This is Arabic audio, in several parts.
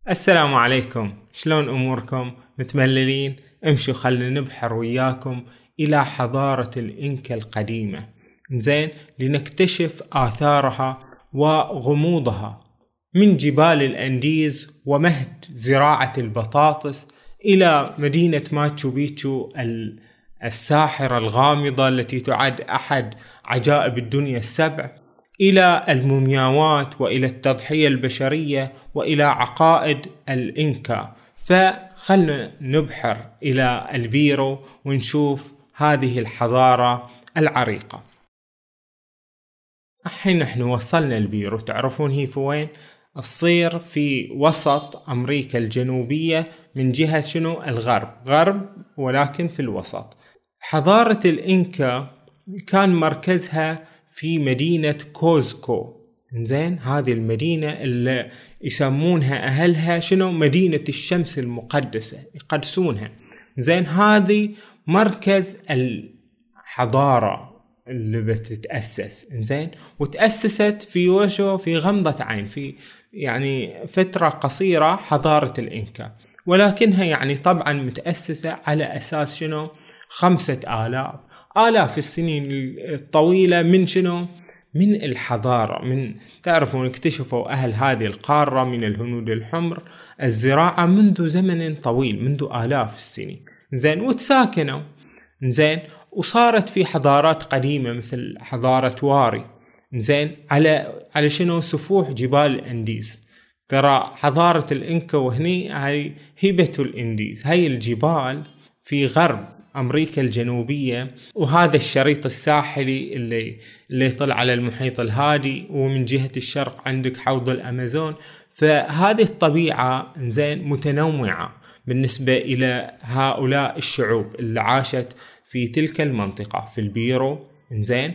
السلام عليكم، شلون أموركم؟ متمللين؟ امشوا خلنا نبحر وياكم إلى حضارة الإنكا القديمة، زين، لنكتشف آثارها وغموضها، من جبال الأنديز ومهد زراعة البطاطس إلى مدينة ماتشو بيتشو الساحرة الغامضة التي تعد أحد عجائب الدنيا السبع، إلى المومياوات وإلى التضحية البشرية وإلى عقائد الإنكا. فخلنا نبحر إلى البيرو ونشوف هذه الحضارة العريقة. الحين نحن وصلنا البيرو، تعرفون هي في وين؟ تصير في وسط أمريكا الجنوبية من جهة شنو؟ الغرب، غرب ولكن في الوسط. حضارة الإنكا كان مركزها في مدينة كوزكو، زين، هذه المدينة اللي يسمونها أهلها شنو؟ مدينة الشمس المقدسة، يقدسونها، زين. هذه مركز الحضارة اللي بتتأسس، زين، وتأسست في وشو؟ في غمضة عين، في يعني فترة قصيرة حضارة الإنكا، ولكنها يعني طبعا متأسسة على أساس شنو؟ 5000 السنين الطويلة من شنو؟ من الحضارة. من تعرفون اكتشفوا أهل هذه القارة من الهنود الحمر الزراعة منذ زمن طويل، منذ آلاف السنين، زين، وتساكنوا، زين، وصارت في حضارات قديمة مثل حضارة واري، زين، على شنو؟ سفوح جبال الأنديز. ترى حضارة الإنكا وهني هاي هبة الأنديز، هاي الجبال في غرب أمريكا الجنوبية، وهذا الشريط الساحلي اللي يطلع على المحيط الهادي، ومن جهة الشرق عندك حوض الأمازون. فهذه الطبيعة، زين، متنوعة بالنسبة إلى هؤلاء الشعوب اللي عاشت في تلك المنطقة في البيرو، زين.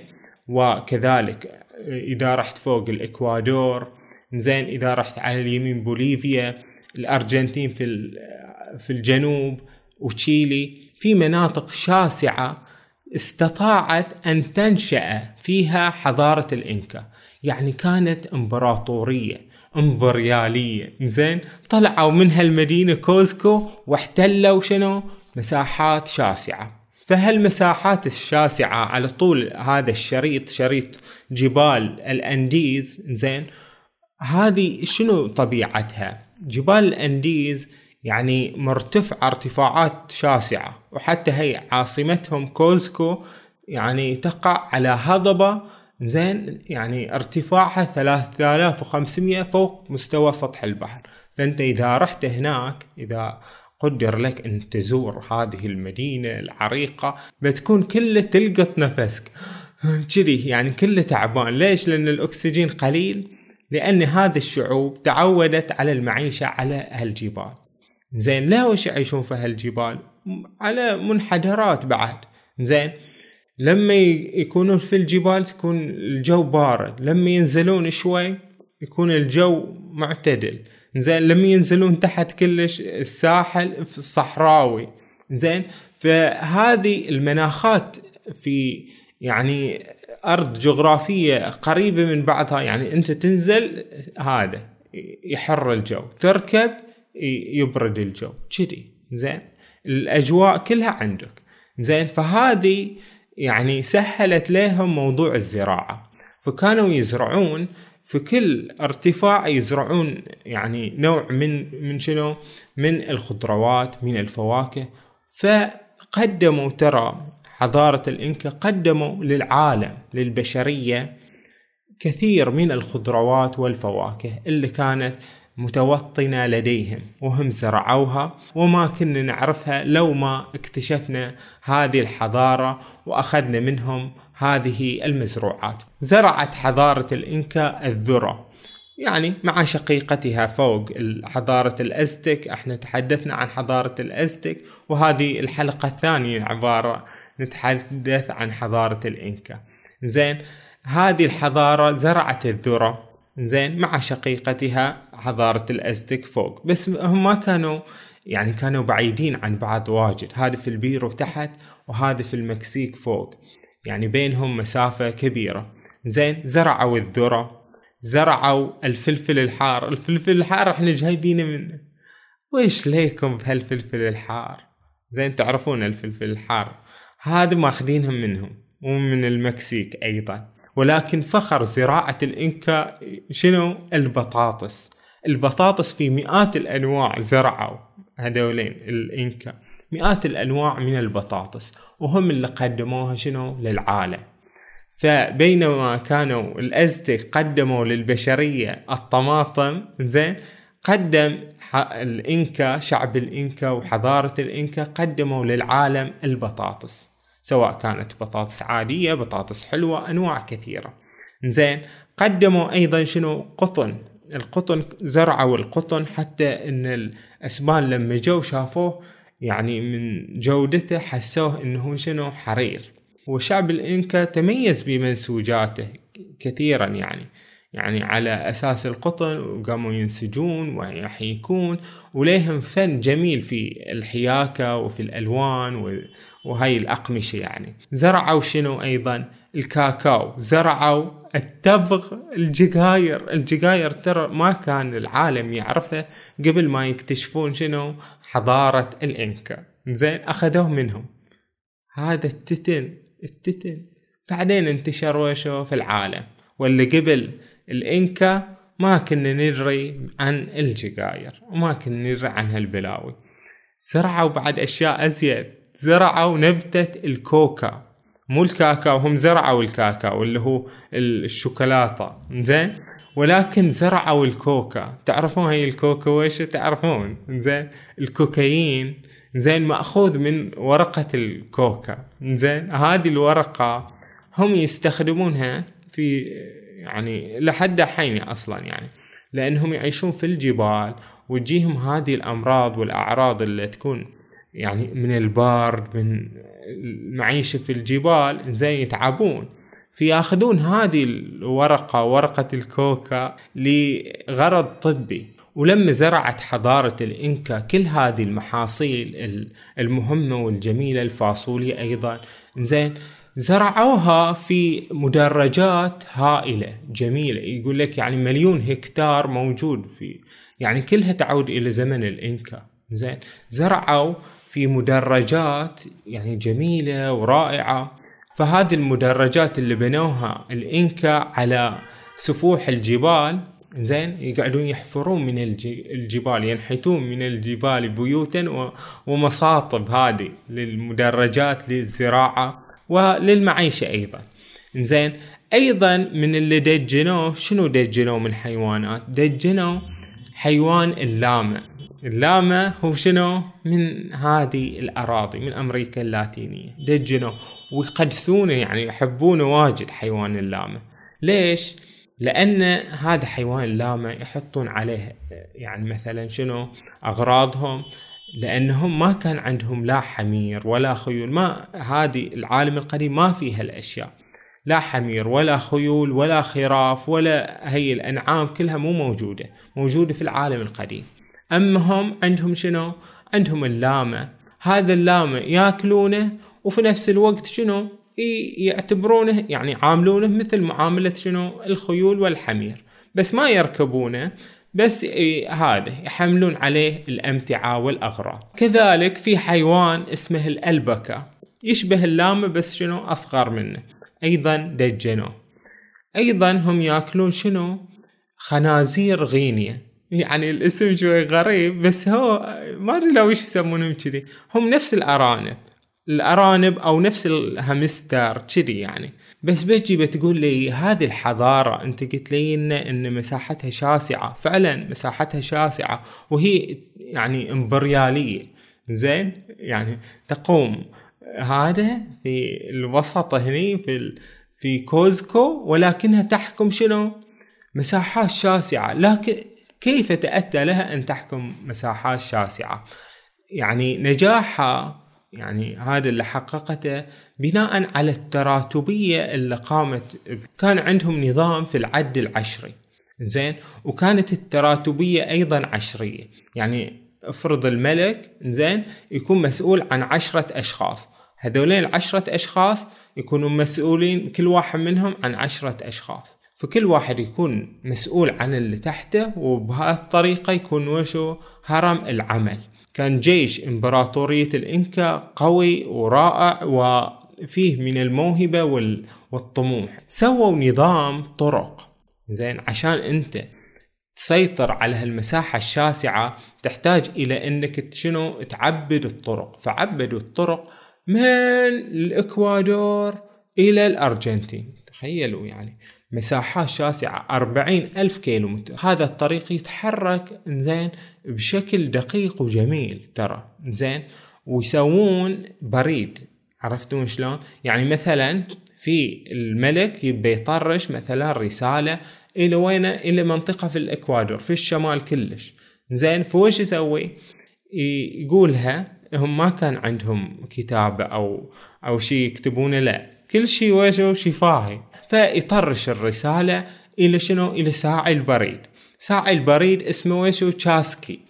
وكذلك إذا رحت فوق الإكوادور، زين، إذا رحت على اليمين بوليفيا، الأرجنتين في الجنوب، وتشيلي، في مناطق شاسعة استطاعت أن تنشأ فيها حضارة الإنكا. يعني كانت إمبراطورية إمبريالية، زين، طلعوا منها المدينة كوزكو واحتلوا شنو؟ مساحات شاسعة. فهالمساحات الشاسعة على طول هذا الشريط، شريط جبال الأنديز، زين، هذه شنو طبيعتها؟ جبال الأنديز يعني مرتفعة ارتفاعات شاسعة، وحتى هي عاصمتهم كوزكو يعني تقع على هضبة، زين، يعني ارتفاعها 3500 فوق مستوى سطح البحر. فأنت إذا رحت هناك، إذا قدر لك أن تزور هذه المدينة العريقة، بتكون كله تلقط نفسك كذي، يعني كله تعبان. ليش؟ لأن الأكسجين قليل، لأن هذه الشعوب تعودت على المعيشة على هالجبال، زين. لا وش يعيشون في هالجبال؟ على منحدرات بعد، زين. لما يكونون في الجبال تكون الجو بارد، لما ينزلون شوي يكون الجو معتدل، زين. لما ينزلون تحت كلش الساحل في الصحراوي، زين. فهذه المناخات في يعني أرض جغرافية قريبة من بعضها، يعني أنت تنزل هذا يحر الجو، تركب يبرد الجو كذي، زين، الأجواء كلها عندك، زين. فهذه يعني سهلت لهم موضوع الزراعة، فكانوا يزرعون في كل ارتفاع، يزرعون يعني نوع من شنو؟ من الخضروات، من الفواكه. فقدموا، ترى حضارة الإنكا قدموا للعالم، للبشرية، كثير من الخضروات والفواكه اللي كانت متوطنة لديهم، وهم زرعوها وما كنا نعرفها لو ما اكتشفنا هذه الحضارة وأخذنا منهم هذه المزروعات. زرعت حضارة الإنكا الذرة، يعني مع شقيقتها فوق حضارة الأزتك. احنا تحدثنا عن حضارة الأزتك، وهذه الحلقة الثانية عبارة نتحدث عن حضارة الإنكا، زين. هذه الحضارة زرعت الذرة، زين، مع شقيقتها حضارة الأزتك فوق، بس هم ما كانوا، يعني كانوا بعيدين عن بعض واجد. هذا في البيرو تحت، وهذا في المكسيك فوق، يعني بينهم مسافة كبيرة، زين. زرعوا الذرة، زرعوا الفلفل الحار. الفلفل الحار احنا جايبينه منه، ويش ليكم بهالفلفل الحار؟ زين تعرفون الفلفل الحار هذا ماخذينهم منهم ومن المكسيك ايضا. ولكن فخر زراعة الانكا شنو؟ البطاطس. البطاطس في مئات الانواع زرعوا هذولين الانكا، مئات الانواع من البطاطس، وهم اللي قدموها شنو؟ للعالم. فبينما كانوا الازتك قدموا للبشرية الطماطم، زين قدم الانكا، شعب الانكا وحضارة الانكا قدموا للعالم البطاطس، سواء كانت بطاطس عادية، بطاطس حلوة، انواع كثيرة. زين قدموا ايضا شنو؟ قطن. القطن، زرعوا القطن حتى ان الاسبان لما جو شافوه يعني من جودته حسوه انه شنو؟ حرير. وشعب الانكا تميز بمنسوجاته كثيرا، يعني على أساس القطن، وقاموا ينسجون ويحيكون، وليهم فن جميل في الحياكة وفي الألوان وهاي الأقمشة. يعني زرعوا شنو أيضا؟ الكاكاو، زرعوا التبغ، الجزائر ترى ما كان العالم يعرفه قبل ما يكتشفون شنو؟ حضارة الإنكا. زين أخذوه منهم هذا التتن بعدين انتشر وشو في العالم. واللي قبل الإنكا ما كنا ندري عن الجزائر وما كنا ندري عن هالبلاوي. زرعوا بعد أشياء أزيد، زرعوا نبتة الكوكا، مو الكاكاو، هم زرعوا الكاكاو اللي هو الشوكولاتة، زين، ولكن زرعوا الكوكا. تعرفون هاي الكوكا ويش؟ تعرفون زين الكوكايين، زين مأخوذ من ورقة الكوكا. زين هذه الورقة هم يستخدمونها في يعني لحد حين أصلا، يعني لأنهم يعيشون في الجبال وتجيهم هذه الأمراض والأعراض اللي تكون يعني من البرد، من المعيشة في الجبال، زي يتعبون، فياخذون هذه الورقة، ورقة الكوكا، لغرض طبي. ولما زرعت حضارة الإنكا كل هذه المحاصيل المهمة والجميلة، الفاصوليا أيضا، زين زرعوها في مدرجات هائلة جميلة، يقول لك يعني 1,000,000 هكتار موجود في، يعني كلها تعود إلى زمن الإنكا. زين زرعوا في مدرجات يعني جميلة ورائعة. فهذه المدرجات اللي بنوها الإنكا على سفوح الجبال، زين يقعدون يحفرون من الجبال، ينحتون من الجبال بيوتا ومصاطب هذه للمدرجات للزراعة وللمعيشة أيضا. زين أيضا من اللي دجنوه، شنو دجنوه من حيوانات؟ دجنوه حيوان اللاما هو شنو؟ من هذه الأراضي، من أمريكا اللاتينية، دجنوه ويقدسونه، يعني يحبونه واجد حيوان اللاما. ليش؟ لأن هذا حيوان اللاما يحطون عليه يعني مثلا شنو؟ أغراضهم، لأنهم ما كان عندهم لا حمير ولا خيول، ما هذه العالم القديم ما فيها الأشياء، لا حمير ولا خيول ولا خراف ولا هي الأنعام كلها مو موجودة في العالم القديم. أما هم عندهم شنو؟ عندهم اللاما. هذا اللاما يأكلونه وفي نفس الوقت شنو؟ يعتبرونه يعني عاملونه مثل معاملة شنو؟ الخيول والحمير، بس ما يركبونه، بس هذا يحملون عليه الأمتعة والأغراض. كذلك في حيوان اسمه الألبكة، يشبه اللاما بس شنو؟ أصغر منه، أيضا دجنوه. أيضا هم يأكلون شنو؟ خنازير غينية، يعني الاسم شوي غريب بس هو ما أدري لو إيش يسمونهم كذي، هم نفس الأرانب أو نفس الهامستر كذي يعني. بس بتجي بتقول لي هذه الحضارة أنت قلت لي إن مساحتها شاسعة، فعلا مساحتها شاسعة وهي يعني إمبريالية، زين يعني تقوم هذا في الوسط هني في كوزكو، ولكنها تحكم شنو؟ مساحات شاسعة. لكن كيف تأتى لها أن تحكم مساحات شاسعة؟ يعني نجاحها يعني هذا اللي حققته بناء على التراتبية اللي قامت. كان عندهم نظام في العد العشري، زين، وكانت التراتبية أيضا عشرية، يعني افرض الملك زين يكون مسؤول عن 10 أشخاص، هذولين 10 أشخاص يكونوا مسؤولين كل واحد منهم عن 10 أشخاص، فكل واحد يكون مسؤول عن اللي تحته، وبهالطريقة يكون وشو هرم العمل. كان جيش إمبراطورية الإنكا قوي ورائع وفيه من الموهبة والطموح. سووا نظام طرق زين عشان أنت تسيطر على هالمساحة الشاسعة، تحتاج إلى أنك شنو تعبد الطرق. فعبدوا الطرق من الإكوادور إلى الأرجنتين. تخيلوا يعني مساحات شاسعة 40,000 كيلومتر. هذا الطريق يتحرك زين بشكل دقيق وجميل ترى زين. ويسوون بريد، عرفتون شلون؟ يعني مثلا في الملك يبي يطرش مثلا رسالة إلى وين؟ إلى منطقة في الإكوادور في الشمال كلش زين. فوش يسوي؟ يقولها. هم ما كان عندهم كتابة أو شيء يكتبونه، لا كل شيء وشو شفاهي. فيطرش الرسالة إلى شنو؟ إلى ساعي البريد. ساعي البريد اسمه وشو؟ تشاسكي.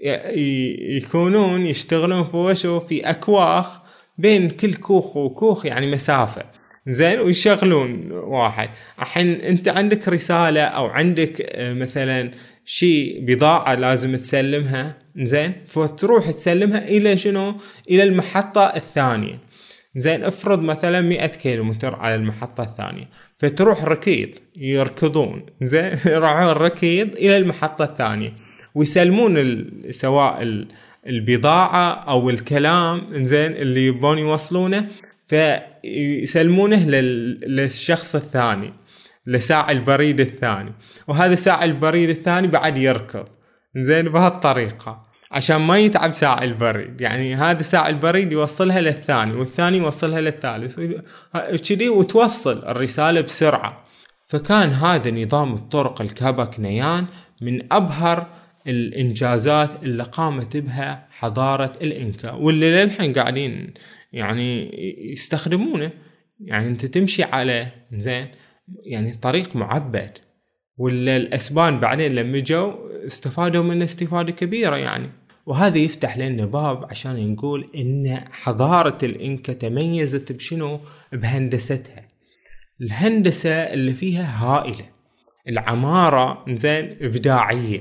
يكونون يشتغلون في وشو؟ في أكواخ بين كل كوخ وكوخ يعني مسافة زين، ويشغلون واحد. الحين انت عندك رسالة او عندك مثلا شيء بضاعة لازم تسلمها زين، فتروح تسلمها الى شنو؟ الى المحطة الثانية زين. افرض مثلا 100 كيلومتر على المحطة الثانية، فتروح ركيض يركضون زين يروحون ركيض الى المحطة الثانية ويسلمون سواء البضاعة او الكلام زين اللي يبون يوصلونه، فيسلمونه للشخص الثاني، لساعي البريد الثاني. وهذا ساعي البريد الثاني بعد يركض زين بهالطريقة عشان ما يتعب ساعي البريد. يعني هذا ساعي البريد يوصلها للثاني، والثاني يوصلها للثالث كذي، وتوصل الرسالة بسرعة. فكان هذا نظام الطرق الكابك نيان من أبهر الإنجازات اللي قامت بها حضارة الإنكا، واللي للحين قاعدين يعني يستخدمونه. يعني انت تمشي على زين يعني طريق معبد، ولا الأسبان بعدين لما جو استفادوا منه استفادة كبيرة يعني. وهذا يفتح لنا باب عشان نقول ان حضارة الإنكا تميزت بشنو؟ بهندستها. الهندسة اللي فيها هائلة، العمارة زين إبداعية،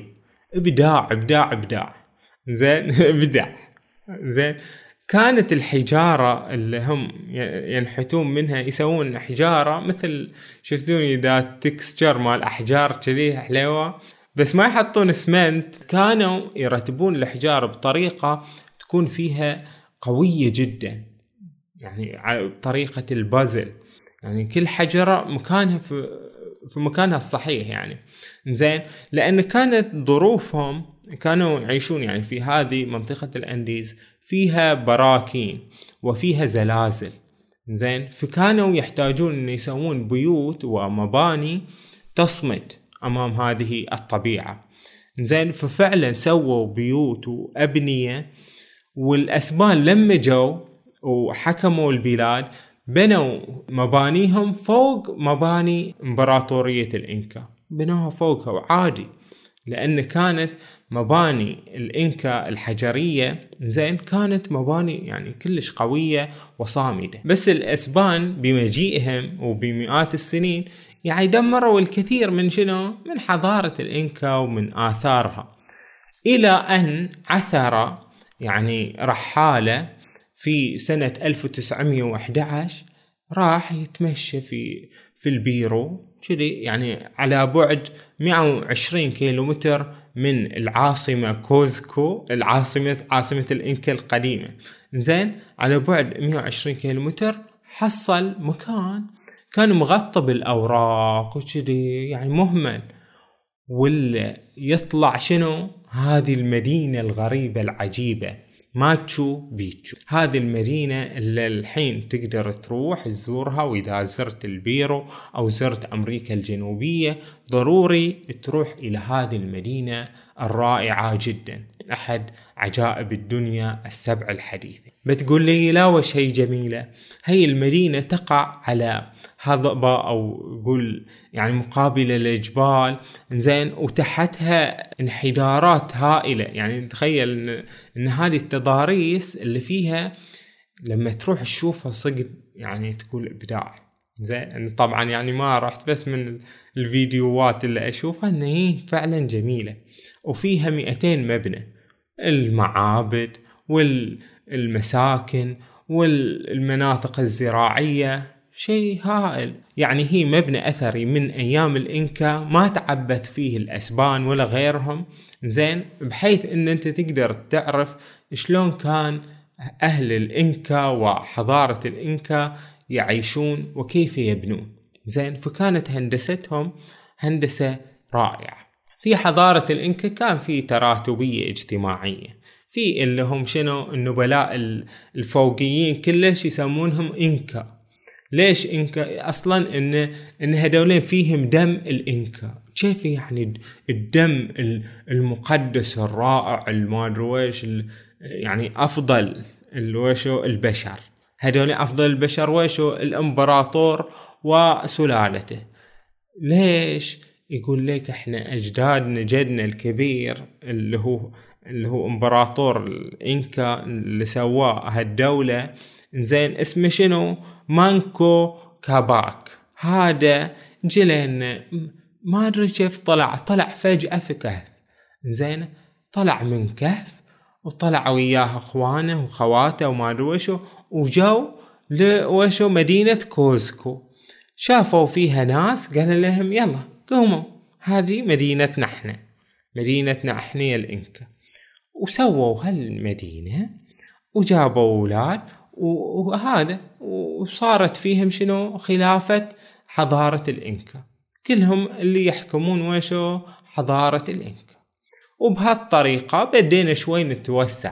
إبداع زين إبداع زين. كانت الحجارة اللي هم ينحتون منها، يسوون حجارة مثل شفتوني ذا تكستشر مال أحجار كذي حلوة، بس ما يحطون اسمنت. كانوا يرتبون الحجارة بطريقة تكون فيها قوية جدا، يعني بطريقة البازل، يعني كل حجرة مكانها في مكانها الصحيح يعني زين. لأن كانت ظروفهم كانوا يعيشون يعني في هذه منطقة الأنديز فيها براكين وفيها زلازل زين، فكانوا يحتاجون أن يسوون بيوت ومباني تصمد أمام هذه الطبيعة زين. ففعلا سووا بيوت وأبنية، والأسبان لما جو وحكموا البلاد بنوا مبانيهم فوق مباني إمبراطورية الإنكا، بنوها فوقها وعادي، لأن كانت مباني الإنكا الحجرية زين كانت مباني يعني كلش قوية وصامدة. بس الأسبان بمجيئهم وبمئات السنين يعني دمروا الكثير من شنو؟ من حضارة الإنكا ومن آثارها، إلى أن عثر يعني رحالة في سنة 1911 راح يتمشى في البيرو كذي، يعني على بعد 120 كيلومتر من العاصمة كوزكو، عاصمة الإنكا القديمة زين. على بعد 120 كيلومتر حصل مكان كان مغطى بالأوراق وكذي يعني مهمل، ولا يطلع شنو؟ هذه المدينة الغريبة العجيبة ماتشو بيتشو. هذه المدينة اللي الحين تقدر تروح تزورها، وإذا زرت البيرو أو زرت أمريكا الجنوبية ضروري تروح إلى هذه المدينة الرائعة جدا، أحد عجائب الدنيا السبع الحديثة. بتقول لي لا وش هي جميلة؟ هي المدينة تقع على هضبة أو قول يعني مقابلة للجبال زين، وتحتها انحدارات هائلة. يعني تخيل إن هذه التضاريس اللي فيها لما تروح تشوفها صقد يعني تقول إبداع زين أنا طبعا يعني ما رحت، بس من الفيديوهات اللي أشوفها أن هي فعلا جميلة، وفيها 200 مبنى، المعابد والمساكن والمناطق الزراعية، شيء هائل. يعني هي مبنى أثري من أيام الإنكا، ما تعبث فيه الأسبان ولا غيرهم، زين، بحيث أن أنت تقدر تعرف شلون كان أهل الإنكا وحضارة الإنكا يعيشون وكيف يبنون، زين. فكانت هندستهم هندسة رائعة. في حضارة الإنكا كان في تراتبية اجتماعية، في اللي هم شنو النبلاء الفوقيين كلش يسمونهم إنكا. ليش إنكا؟ أصلا إن هدولين فيهم دم الإنكا. كيف يعني الدم المقدس الرائع المادرويش، يعني أفضل الوشو البشر، هدول أفضل البشر وشو الإمبراطور وسلالته. ليش؟ يقول لك إحنا أجدادنا، جدنا الكبير اللي هو إمبراطور الإنكا اللي سواه هالدولة، زين، اسمه شنو؟ مانكو كاباك. هذا جلنا ما أدري كيف طلع فجأة في كهف، زين، طلع من كهف وطلع وياه اخوانه وخواته وما ادري وشو، وجو لوشو مدينة كوزكو، شافوا فيها ناس، قال لهم يلا قوموا، هذه مدينتنا احنا، مدينتنا احنا الإنكا. وسووا هالمدينة وجابوا أولاد وهذا، وصارت فيهم شنو؟ خلافة حضارة الإنكا، كلهم اللي يحكمون وشو حضارة الإنكا. وبهالطريقة بدينا شوي نتوسع،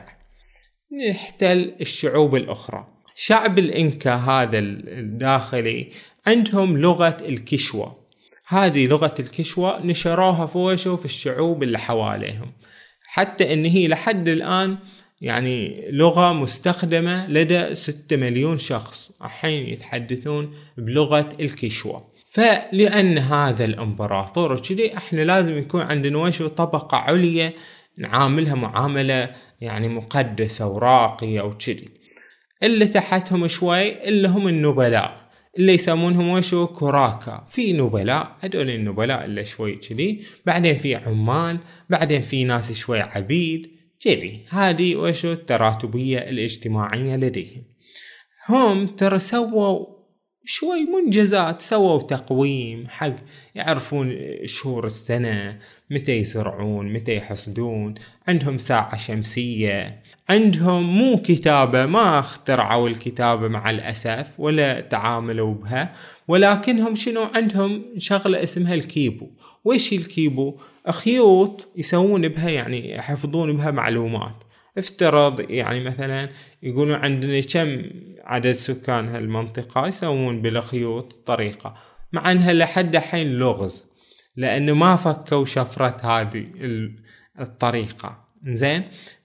نحتل الشعوب الأخرى. شعب الإنكا هذا الداخلي عندهم لغة الكشوة، هذه لغة الكشوة نشروها في الشعوب اللي حواليهم، حتى إن هي لحد الآن يعني لغة مستخدمة لدى 6 مليون شخص الحين يتحدثون بلغة الكشوة. فلأن هذا الإمبراطور وكذي، احنا لازم يكون عندنا طبقة عليا نعاملها معاملة يعني مقدسة وراقية وكذي. اللي تحتهم شوي اللي هم النبلاء، اللي يسمونهم كوراكا. في نبلاء، هدول النبلاء اللي شوي كذي، بعدين في عمال، بعدين في ناس شوي عبيد كذي. هذه التراتبية الاجتماعية لديهم. هم ترى سووا شوي منجزات، سووا تقويم حق يعرفون شهور السنة، متى يزرعون، متى يحصدون، عندهم ساعة شمسية، عندهم مو كتابة، ما اخترعوا الكتابة مع الأسف ولا تعاملوا بها، ولكنهم شنو عندهم شغلة اسمها الكيبو. ويش الكيبو؟ خيوط يسوون بها، يعني يحفظون بها معلومات. افترض يعني مثلا يقولون عندنا كم عدد سكان هالمنطقة، يسوون بالخيوط طريقة، مع انها لحد حين لغز، لانه ما فكوا شفرة هذه الطريقة، زين.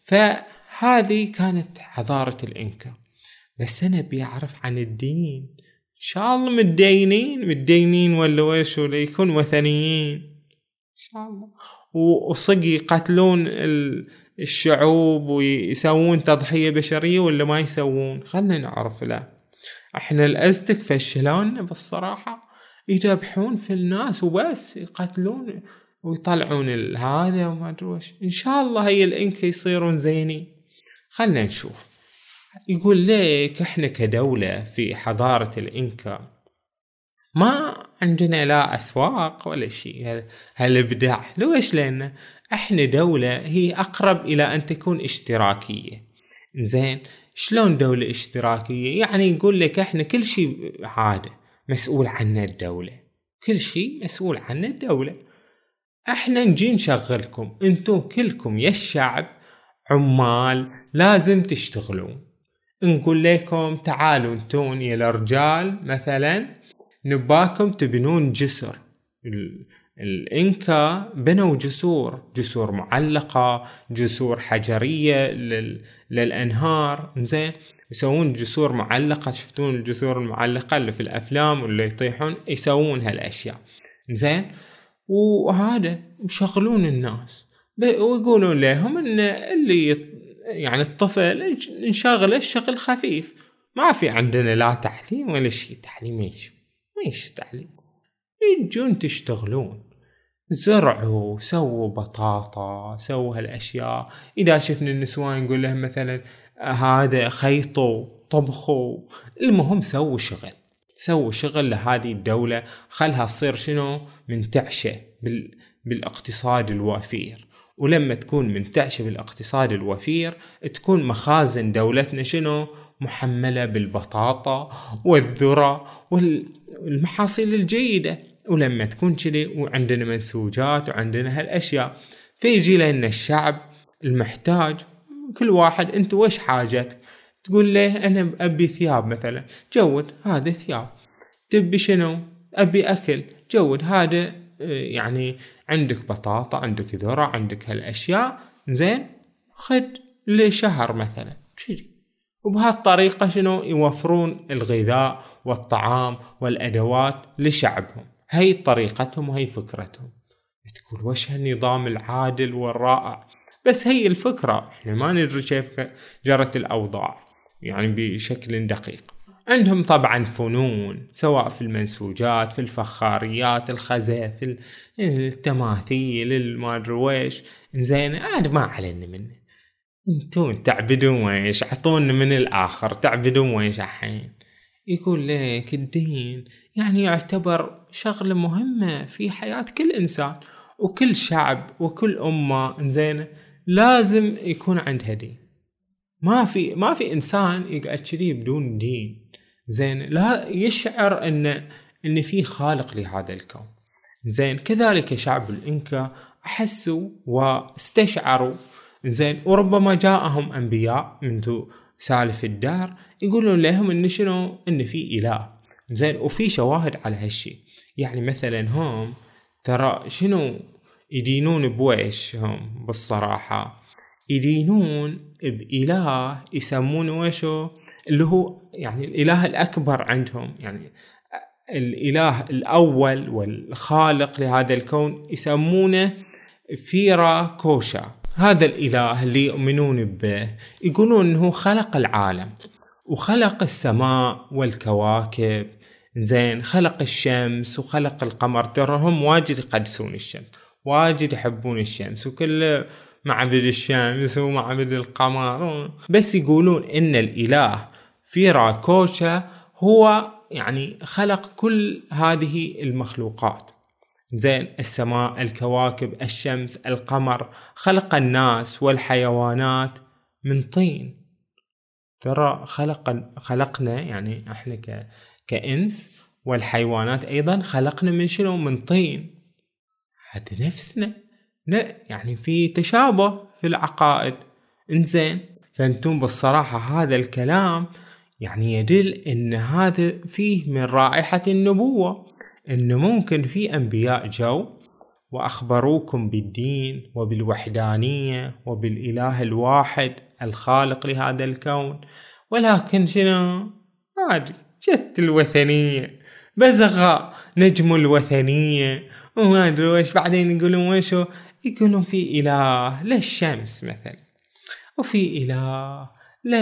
فهذه كانت حضارة الإنكا. بس انا بيعرف عن الدين، ان شاء الله متدينين ولا ويش، ولا يكون وثنيين ان شاء الله، وصقي يقتلون الشعوب ويسوون تضحية بشرية، ولا ما يسوون. خلنا نعرف. لا، احنا الازتك فشلونا بالصراحة، يذبحون في الناس وبس، يقتلون ويطلعون هذا وما ادري وش. ان شاء الله هي الإنكا يصيرون زينين. خلنا نشوف. يقول لك احنا كدولة في حضارة الإنكا ما عندنا لا أسواق ولا شيء هالإبداع. ليش؟ لأن احنا دولة هي أقرب إلى أن تكون اشتراكية، زين. شلون دولة اشتراكية؟ يعني يقول لك احنا كل شيء عادة مسؤول عنه الدولة، كل شيء مسؤول عنه الدولة. احنا نجي نشغلكم، انتم كلكم يا الشعب عمال لازم تشتغلون. نقول لكم تعالوا انتون يا الرجال مثلا، نباكم تبنون جسر. الإنكا بنوا جسور معلقة، جسور حجرية للأنهار، زين، يسوون جسور معلقة. شفتون الجسور المعلقة اللي في الأفلام واللي يطيحون، يسوون هالأشياء، زين. وهذا يشغلون الناس، ويقولون لهم إن اللي يعني الطفل نشغله الشغل خفيف، ما في عندنا لا تعليم ولا شيء. تعليم ايش؟ مش تعليم. يجون تشتغلون، زرعوا، سووا بطاطا، سووا هالأشياء. إذا شفنا النسوان نقول لهم مثلا هذا خيطوا، طبخوا، المهم سووا شغل لهذه الدولة، خلها تصير شنو منتعشة بالاقتصاد الوفير. ولما تكون منتعشة بالاقتصاد الوفير تكون مخازن دولتنا شنو محملة بالبطاطا والذرة والمحاصيل الجيدة. ولما تكون كذي وعندنا منسوجات وعندنا هالأشياء، فيجي لنا الشعب المحتاج، كل واحد انت وش حاجتك؟ تقول له انا ابي ثياب مثلا، جود هذا ثياب. تبي شنو؟ ابي اكل، جود هذا. يعني عندك بطاطا، عندك ذرة، عندك هالاشياء، زين خد لشهر مثلا كذي. وبهالطريقة شنو يوفرون الغذاء والطعام والأدوات لشعبهم. هي طريقتهم وهي فكرتهم. تقول وش هالنظام العادل والرائع؟ بس هي الفكرة، احنا ما ندري كيف جرت الأوضاع يعني بشكل دقيق. عندهم طبعا فنون، سواء في المنسوجات، في الفخاريات، الخزف، التماثيل، المادرويش. زين هذا ما علينا منه، انتون تعبدون ويش، عطون من الآخر تعبدون ويش الحين. يقول لك الدين يعني يعتبر شغلة مهمة في حياة كل إنسان وكل شعب وكل أمة. زين لازم يكون عندها دين. ما في إنسان يقعد كذي بدون دين. زين لا يشعر إن في خالق لهذا الكون. زين كذلك شعب الإنكا أحسوا واستشعروا. زين وربما جاءهم أنبياء منذ سالف الدار يقولون لهم إن شنو إن في إله. زين وفي شواهد على هالشي. يعني مثلا هم ترى شنو يدينون بويش، هم بالصراحة يدينون بإله يسمونه ويشو، اللي هو يعني الإله الأكبر عندهم، يعني الإله الأول والخالق لهذا الكون يسمونه فيرا كوشا. هذا الإله اللي يؤمنون به يقولون أنه خلق العالم وخلق السماء والكواكب. زين خلق الشمس وخلق القمر. تراهم واجد يقدسون الشمس، واجد يحبون الشمس، وكل معبد الشمس ومعبد القمر. بس يقولون إن الإله فيرا كوشا هو يعني خلق كل هذه المخلوقات. زين السماء، الكواكب، الشمس، القمر. خلق الناس والحيوانات من طين. ترى خلقنا يعني احنا كإنس، والحيوانات ايضا خلقنا من شنو؟ من طين. هذا نفسنا. لا يعني في تشابه في العقائد. انزين فانتم بالصراحة هذا الكلام يعني يدل ان هذا فيه من رائحة النبوة، إنه ممكن في أنبياء جو وأخبروكم بالدين وبالوحدانية وبالإله الواحد الخالق لهذا الكون. ولكن شنو عادي جت الوثنية، بزغ نجم الوثنية وما أدري ويش. بعدين يقولون ويشو، يقولون في إله للشمس مثلا، وفي إله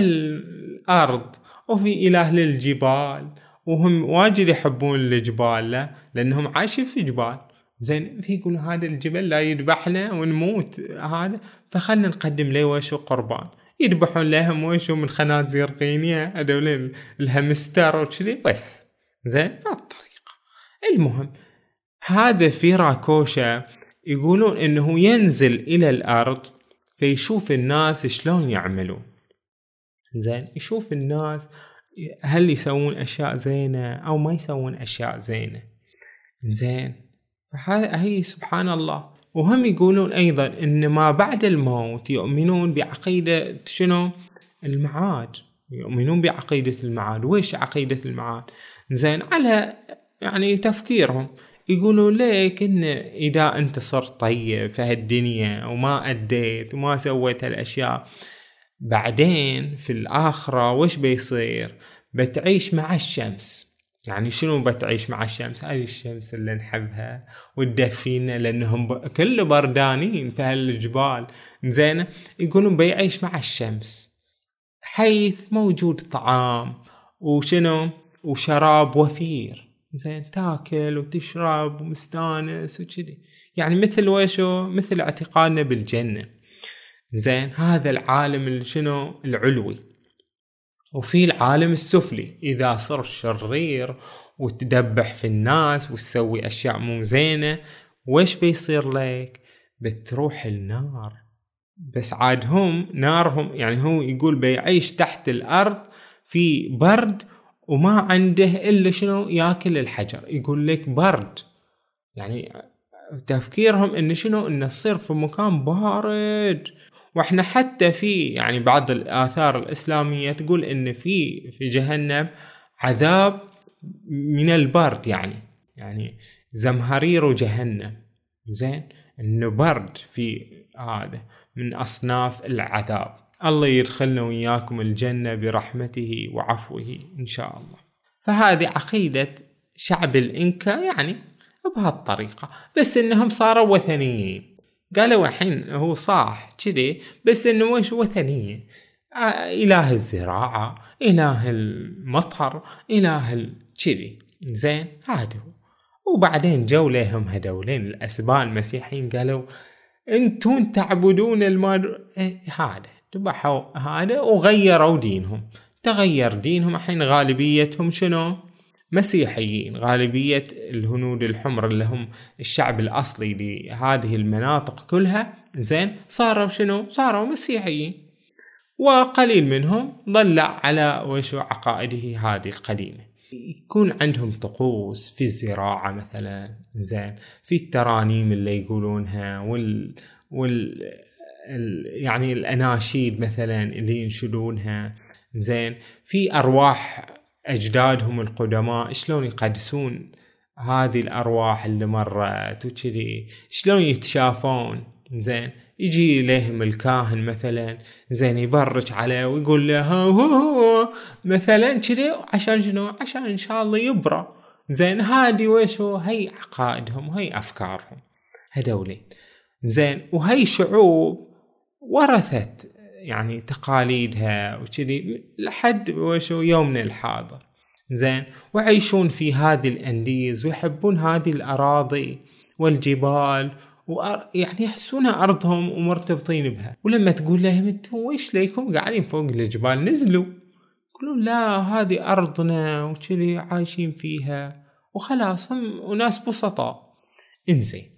للأرض، وفي إله للجبال. وهم واجد يحبون الجبال لأنهم عايشين في جبال. زين يقول هذا الجبل لا يذبحنا ونموت هذا، فخلنا نقدم له وشو قربان. يذبحون لهم وشو من خنازير غينية هذول الهمستر وشلي بس. زين بهالطريقة. المهم هذا فيرا كوشا يقولون إنه ينزل إلى الأرض فيشوف الناس شلون يعملون. زين يشوف الناس هل يسوون أشياء زينة أو ما يسوون أشياء زينة. زين فهذا هي سبحان الله. وهم يقولون أيضا إن ما بعد الموت يؤمنون بعقيدة شنو؟ المعاد. يؤمنون بعقيدة المعاد. وإيش عقيدة المعاد؟ زين على يعني تفكيرهم يقولون ليك إن إذا أنت صرت طيب في هالدنيا وما أديت وما سويت هالأشياء، بعدين في الآخرة وش بيصير؟ بتعيش مع الشمس. يعني شنو بتعيش مع الشمس؟ هاي الشمس اللي نحبها وتدفينا لأنهم كل بردانين في هالجبال. زين يقولون بيعيش مع الشمس حيث موجود طعام وشنو وشراب وفير. زين تاكل وتشرب ومستانس وكذي، يعني مثل وشو، مثل اعتقادنا بالجنة. زين هذا العالم شنو العلوي. وفي العالم السفلي إذا صرت شرير وتدبح في الناس وتسوي أشياء مو زينة، وش بيصير لك؟ بتروح النار. بس عاد هم نارهم، يعني هو يقول بيعيش تحت الأرض في برد وما عنده إلا شنو ياكل الحجر. يقول لك برد، يعني تفكيرهم إن شنو إن تصير في مكان بارد. واحنا حتى في يعني بعض الآثار الإسلامية تقول إن في جهنم عذاب من البرد، يعني زمهرير جهنم. زين إنه برد في هذا من أصناف العذاب. الله يدخلنا وإياكم الجنة برحمته وعفوه إن شاء الله. فهذه عقيدة شعب الإنكا يعني بهالطريقة، بس إنهم صاروا وثنيين. قالوا الحين هو صح كذي، بس إنه وش وثنية. إله الزراعة، إله المطر، إله كذي. زين هذا هو. وبعدين جو لهم هدولين الأسباء المسيحيين قالوا انتم تعبدون هذا، ذبحوا هذا وغيروا دينهم. تغير دينهم الحين غالبيتهم شنو؟ مسيحيين. غالبية الهنود الحمر اللي هم الشعب الأصلي لهذه المناطق كلها، زين صاروا شنو؟ صاروا مسيحيين. وقليل منهم ظل على وشو عقائده هذه القديمة. يكون عندهم طقوس في الزراعة مثلا، زين في الترانيم اللي يقولونها يعني الأناشيد مثلا اللي ينشدونها. زين في أرواح أجدادهم القدماء شلون يقدسون هذه الأرواح اللي مرت وكذي، شلون يتشافون. زين يجي إليهم الكاهن مثلا، زين يبرج عليه ويقول له هو مثلا كذي عشان شنو؟ عشان إن شاء الله يبرأ. زين هذه وشو هي عقائدهم وهي أفكارهم هدولين. زين وهي شعوب ورثت يعني تقاليدها وكذي لحد وشو يومنا الحاضر. زين وعيشون في هذه الأنديز ويحبون هذه الأراضي والجبال، يعني يحسونها أرضهم ومرتبطين بها. ولما تقول لهم انتوا ويش ليكم قاعدين فوق الجبال نزلوا، يقولون لا هذه أرضنا وكذي عايشين فيها وخلاص، هم وناس بسطاء. انزين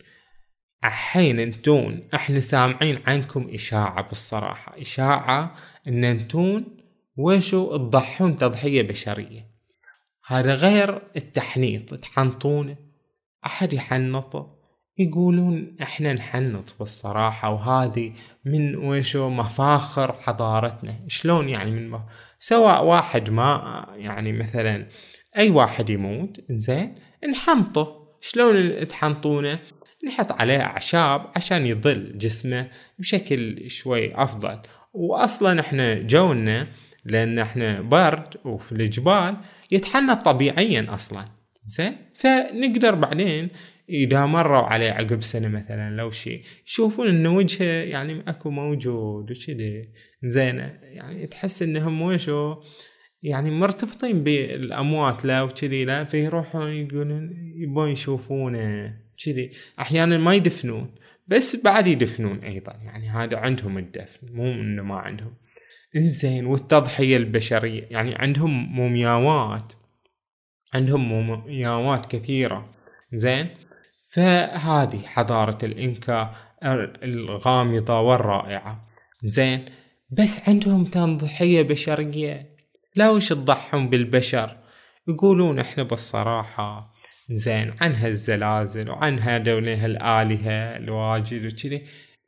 الحين انتون احنا سامعين عنكم إشاعة، بالصراحة إشاعة ان انتون وشو تضحون تضحية بشرية. هذا غير التحنيط، تحنطون أحد يحنطه. يقولون احنا نحنط بالصراحة، وهذه من وشو مفاخر حضارتنا. شلون يعني سواء واحد ما يعني مثلا اي واحد يموت زين نحنطه. شلون تحنطونه؟ نحط عليه أعشاب عشان يظل جسمه بشكل شوي أفضل. وأصلا احنا جونا لأن احنا برد وفي الجبال يتحنط طبيعيا أصلا. زين فنقدر بعدين إذا مروا عليه عقب سنة مثلا لو شيء يشوفون إنه وجهه يعني أكو موجود وكذا. زين يعني تحس إنهم وشو يعني مرتبطين بالأموات لا وكذي لا، فيروحون يقولون يبون يشوفونه كذي. أحيانا ما يدفنون بس بعد يدفنون أيضا، يعني هذا عندهم الدفن مو إنه ما عندهم. إنزين والتضحية البشرية يعني عندهم مومياوات، عندهم مومياوات كثيرة. زين فهذه حضارة الإنكا الغامضة والرائعة. زين بس عندهم تضحية بشرية. لا وش تضحون بالبشر؟ يقولون احنا بالصراحة زين عن هالزلازل وعن هذولها الآلهة الواجد وكذي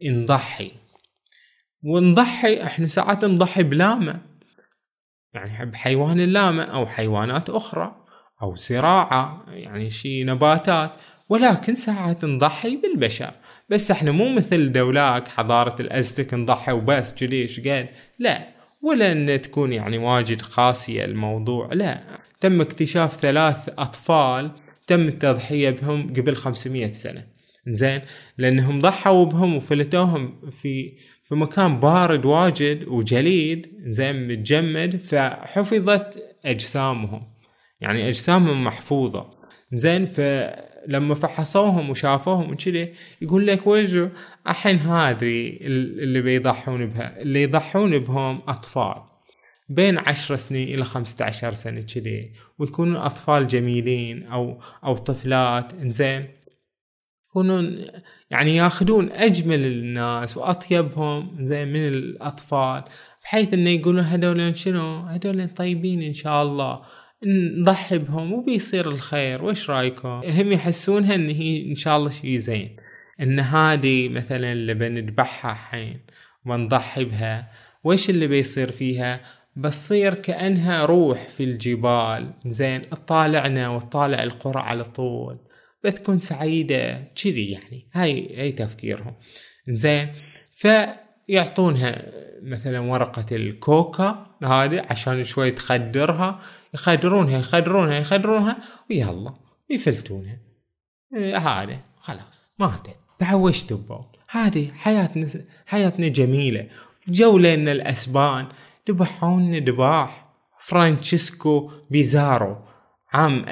نضحي احنا ساعات نضحي بلامة، يعني بحيوان اللامة او حيوانات اخرى او زراعة يعني شي نباتات، ولكن ساعات نضحي بالبشر. بس احنا مو مثل دولاك حضارة الأزتك نضحي وبس جليش قال لا، ولا ان تكون يعني واجد قاسية الموضوع. لا، تم اكتشاف 3 أطفال تم التضحية بهم قبل 500 سنة. زين لأنهم ضحوا بهم وفلتوهم في مكان بارد واجد وجليد زين متجمد، فحفظت أجسامهم، يعني أجسامهم محفوظة. زين فلما فحصوهم وشافوهم وكذا يقول لك ويجو الحين هذه اللي بيضحون بها، اللي يضحون بهم أطفال بين 10 سنين إلى 15 سنة كذا، ويكونون أطفال جميلين أو طفلات. إنزين يكونون يعني ياخدون أجمل الناس وأطيبهم زين من الأطفال، بحيث إنه يقولون هذول شنو، هذول طيبين إن شاء الله، نضحي بهم وبيصير الخير. وإيش رأيكم؟ هم يحسونها إن هي إن شاء الله شيء زين، إن هذه مثلا اللي بنذبحها حين ونضحي بها، وإيش اللي بيصير فيها؟ بتصير كأنها روح في الجبال، زين تطالعنا وتطالع القرى على طول، بتكون سعيدة كذي. يعني هاي تفكيرهم. زين فيعطونها مثلا ورقة الكوكا هذه عشان شوي تخدرها، يخدرونها ويلا يفلتونها. هذا خلاص ماتت. بعوش تبون. هذه حياتنا جميلة. جولة لنا الأسبان، ذبحون ذباح. فرانشيسكو بيزارو عام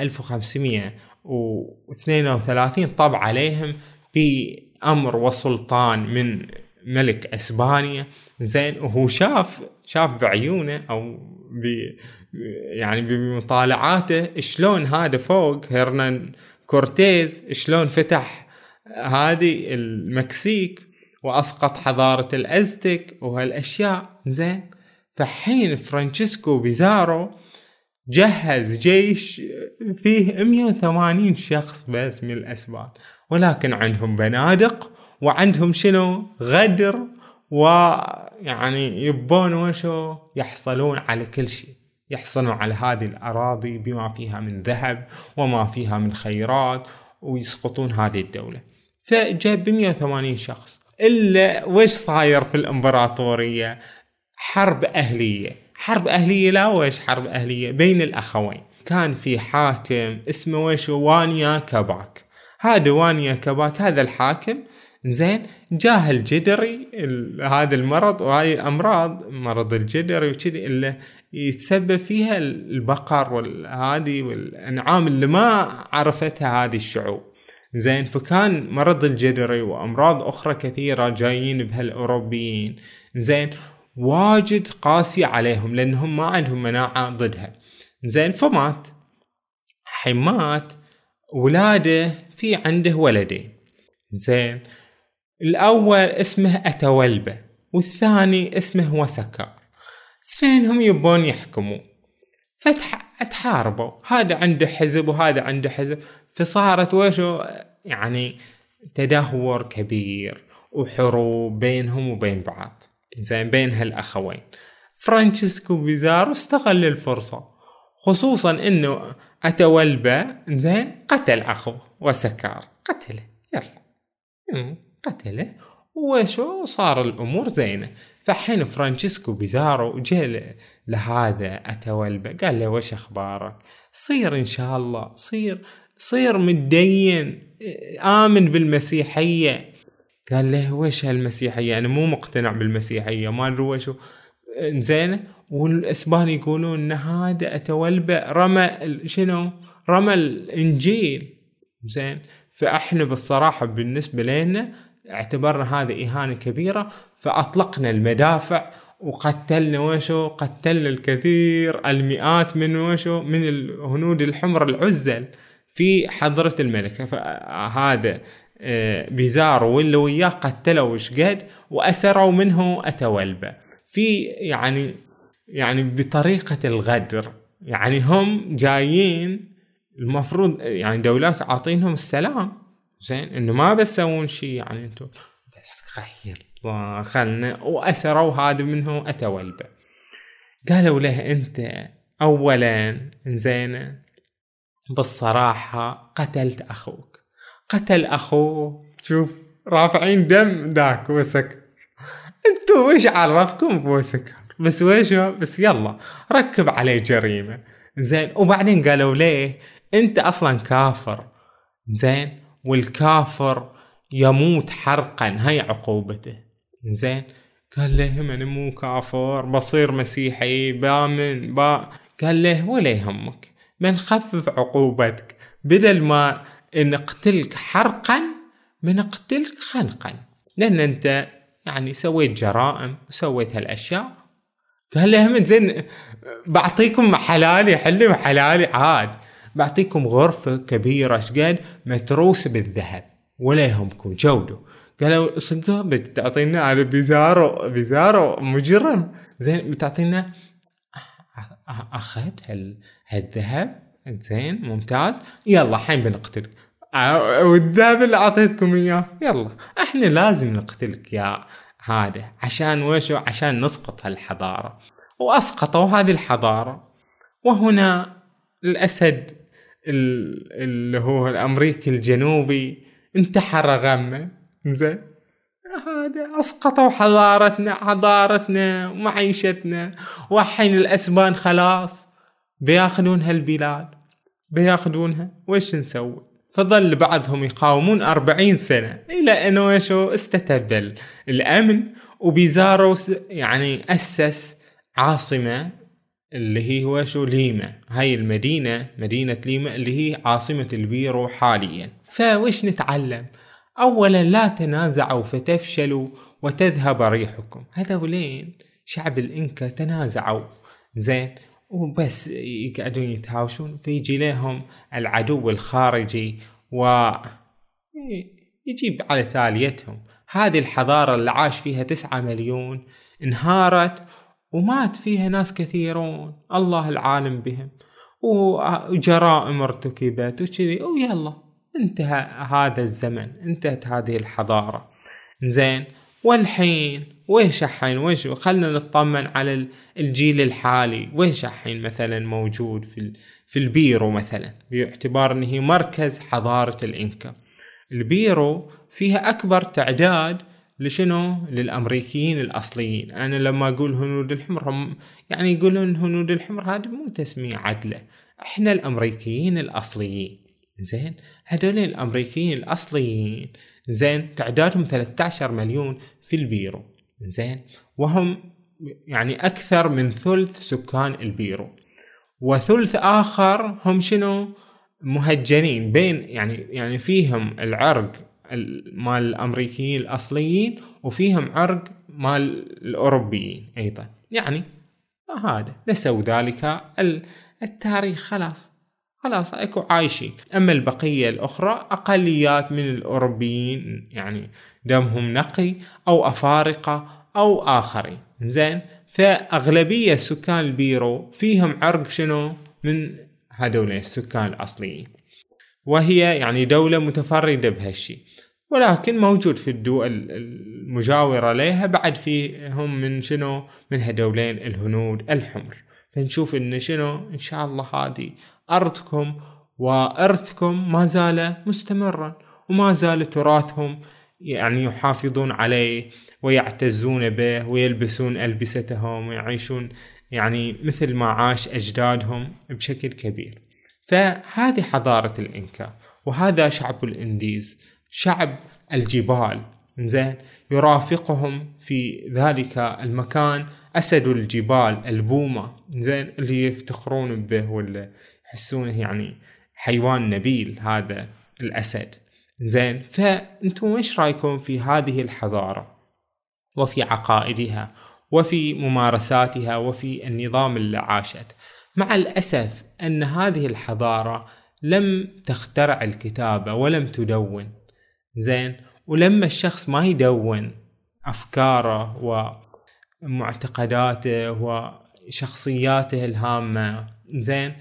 1532 طبع عليهم بأمر وسلطان من ملك أسبانيا. زين وهو شاف بعيونه أو يعني بمطالعاته شلون هذا فوق هرنان كورتيز شلون فتح هذه المكسيك وأسقط حضارة الأزتك وهالأشياء. زين فحين فرانشيسكو بيزارو جهز جيش فيه 180 شخص بس من الأسبان، ولكن عندهم بنادق وعندهم شنو غدر، ويعني يبون وشو يحصلون على كل شيء، يحصلون على هذه الأراضي بما فيها من ذهب وما فيها من خيرات، ويسقطون هذه الدولة. فجاب 180 شخص. إلا وش صاير في الإمبراطورية؟ حرب أهلية لا وش حرب أهلية بين الأخوين. كان في حاكم اسمه وش وانيا كاباك. هذا وانيا كاباك هذا الحاكم زين جاه الجدري هذا المرض، وهاي الأمراض مرض الجدري وكذي اللي يتسبب فيها البقر والهادي والأنعام اللي ما عرفتها هذه الشعوب. زين فكان مرض الجدري وأمراض أخرى كثيرة جايين بهالأوروبيين زين واجد قاسي عليهم لأنهم ما عندهم مناعة ضدها. زين فمات. حمات ولاده في عنده ولدين. زين الأول اسمه أتولبة والثاني اسمه وسكار. اثنينهم يبون يحكموا فتحاربوا، هذا عنده حزب وهذا عنده حزب، فصارت وشو يعني تدهور كبير وحروب بينهم وبين بعض. زين بين هالأخوين. فرانشيسكو بيزارو استغل الفرصة، خصوصا انه أتولبة زين قتل أخوه وسكار، قتله وشو صار الأمور زينة. فحين فرانشيسكو بيزارو جاء لهذا أتولبة قال له وش أخبارك؟ صير إن شاء الله صير متدين، آمن بالمسيحية. قال له وش هالمسيحية؟ أنا مو مقتنع بالمسيحية، ما أدري وشو. زين والإسبان يقولون إن هذا أتولبة رمى الإنجيل. زين فإحنا بالصراحة بالنسبة لنا اعتبرنا هذا إهانة كبيرة، فأطلقنا المدافع وقتلنا قتلنا الكثير المئات من الهنود الحمر العزل في حضرة الملك. فهذا بيزارو واللي وياه قتلوا وشقد وأسروا منه أتولبة في يعني بطريقة الغدر. يعني هم جايين المفروض يعني دولات عاطينهم السلام، زين انه ما بسوون شيء، يعني انتو بس خير خلنا، وأسروا هذا منه أتولبة. قالوا له انت اولا زين بالصراحة قتلت أخوك، قتل أخوه، شوف رافعين دم ذاك وسكر، انتو وش عرفكم بوسكر؟ بس يلا ركب عليه جريمة. زين وبعدين قالوا ليه انت اصلا كافر، زين والكافر يموت حرقا، هاي عقوبته. زين قال له من مو كافر بصير مسيحي بامن قال له ولا يهمك بنخفف عقوبتك، بدل ما نقتلك حرقا بنقتلك خنقا، لأن أنت يعني سويت جرائم وسويت هالأشياء. قال لهم زين بعطيكم حلالي، حلي حلالي عاد، بعطيكم غرفة كبيرة شقد متروسة بالذهب ولا يهمكم جودوا. قالوا صدق بتعطينا على بيزارو مجرم، زين بتعطينا. أخذ هالذهب، زين ممتاز، يلا حين بنقتلك، والذهب اللي أعطيتكم إياه يلا إحنا لازم نقتلك يا هذا، عشان وشو؟ عشان نسقط هالحضارة. وأسقطوا هذه الحضارة. وهنا الأسد اللي هو الأمريكي الجنوبي انتحر غمه، زين هذا أسقطوا حضارتنا ومعيشتنا. وحين الأسبان خلاص بياخدون هالبلاد، بياخدونها، وش نسوي؟ فظل بعضهم يقاومون 40 سنة إلى أنه وشو استتب الأمن. وبيزارو يعني أسس عاصمة اللي هو شو ليما، هاي مدينة ليما اللي هي عاصمة البيرو حاليا. فوش نتعلم؟ أولا لا تنازعوا فتفشلوا وتذهب ريحكم. هذولين شعب الإنكا تنازعوا، زين، وبس يقعدون يتهاوشون، فيجي لهم العدو الخارجي ويجيب على تاليتهم. هذه الحضارة اللي عاش فيها 9 مليون انهارت ومات فيها ناس كثيرون الله العالم بهم، وجرائم ارتكبت وشذي، ويلا انتهى هذا الزمن، انتهت هذه الحضارة، زين. والحين ويش خلنا نطمن على الجيل الحالي. ويش الحين مثلا موجود في البيرو مثلا، باعتبار انه هي مركز حضارة الإنكا. البيرو فيها أكبر تعداد لشنو؟ للأمريكيين الأصليين. أنا لما أقول هنود الحمر هم يعني يقولون هنود الحمر، هذا مو تسمية عدلة، إحنا الأمريكيين الأصليين، زين. هذول الأمريكيين الأصليين، زين، تعدادهم 13 مليون في البيرو، زين، وهم يعني أكثر من ثلث سكان البيرو. وثلث آخر هم شنو؟ مهجنين بين يعني فيهم العرق مال الأمريكيين الأصليين وفيهم عرق مال الأوروبيين أيضا. يعني هذا نسوا ذلك التاريخ، خلاص اكو عايشين. اما البقية الاخرى اقليات من الاوروبيين، يعني دمهم نقي او افارقة او اخرين، زين. فاغلبية سكان البيرو فيهم عرق شنو؟ من هذول السكان الاصليين. وهي يعني دولة متفردة بهالشي، ولكن موجود في الدول المجاورة لها بعد فيهم من شنو؟ من هدولين الهنود الحمر. فنشوف ان شنو ان شاء الله هذه ارضكم وارثكم ما زال مستمرا، وما زال تراثهم يعني يحافظون عليه ويعتزون به ويلبسون ألبستهم ويعيشون يعني مثل ما عاش أجدادهم بشكل كبير. فهذه حضارة الإنكا، وهذا شعب الإنديز، شعب الجبال، زين. يرافقهم في ذلك المكان أسد الجبال البومة، زين، اللي يفتخرون به ولا يحسونه يعني حيوان نبيل هذا الأسد، زين. فأنتم إيش رأيكم في هذه الحضارة وفي عقائدها وفي ممارساتها وفي النظام اللي عاشت؟ مع الأسف أن هذه الحضارة لم تخترع الكتابة ولم تدون، زين. ولما الشخص ما يدون أفكاره ومعتقداته وشخصياته الهامة، زين،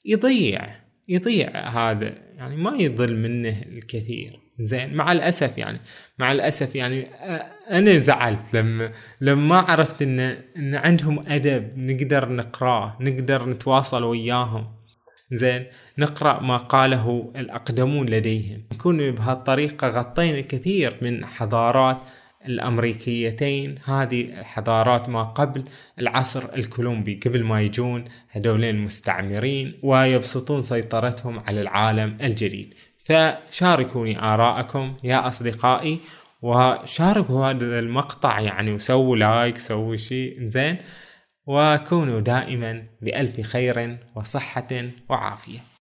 يضيع هذا، يعني ما يضل منه الكثير، زين. مع الأسف يعني أنا زعلت لما عرفت إن عندهم أدب نقدر نقراه، نقدر نتواصل وياهم، زين، نقرأ ما قاله الأقدمون لديهم. نكون بهالطريقة غطينا كثير من حضارات الأمريكيتين، هذه الحضارات ما قبل العصر الكولومبي، قبل ما يجون هذولين المستعمرين ويبسطون سيطرتهم على العالم الجديد. فشاركوني آراءكم يا أصدقائي، وشاركوا هذا المقطع يعني، وسووا لايك، سووا شيء، زين. وكونوا دائما بألف خير وصحة وعافية.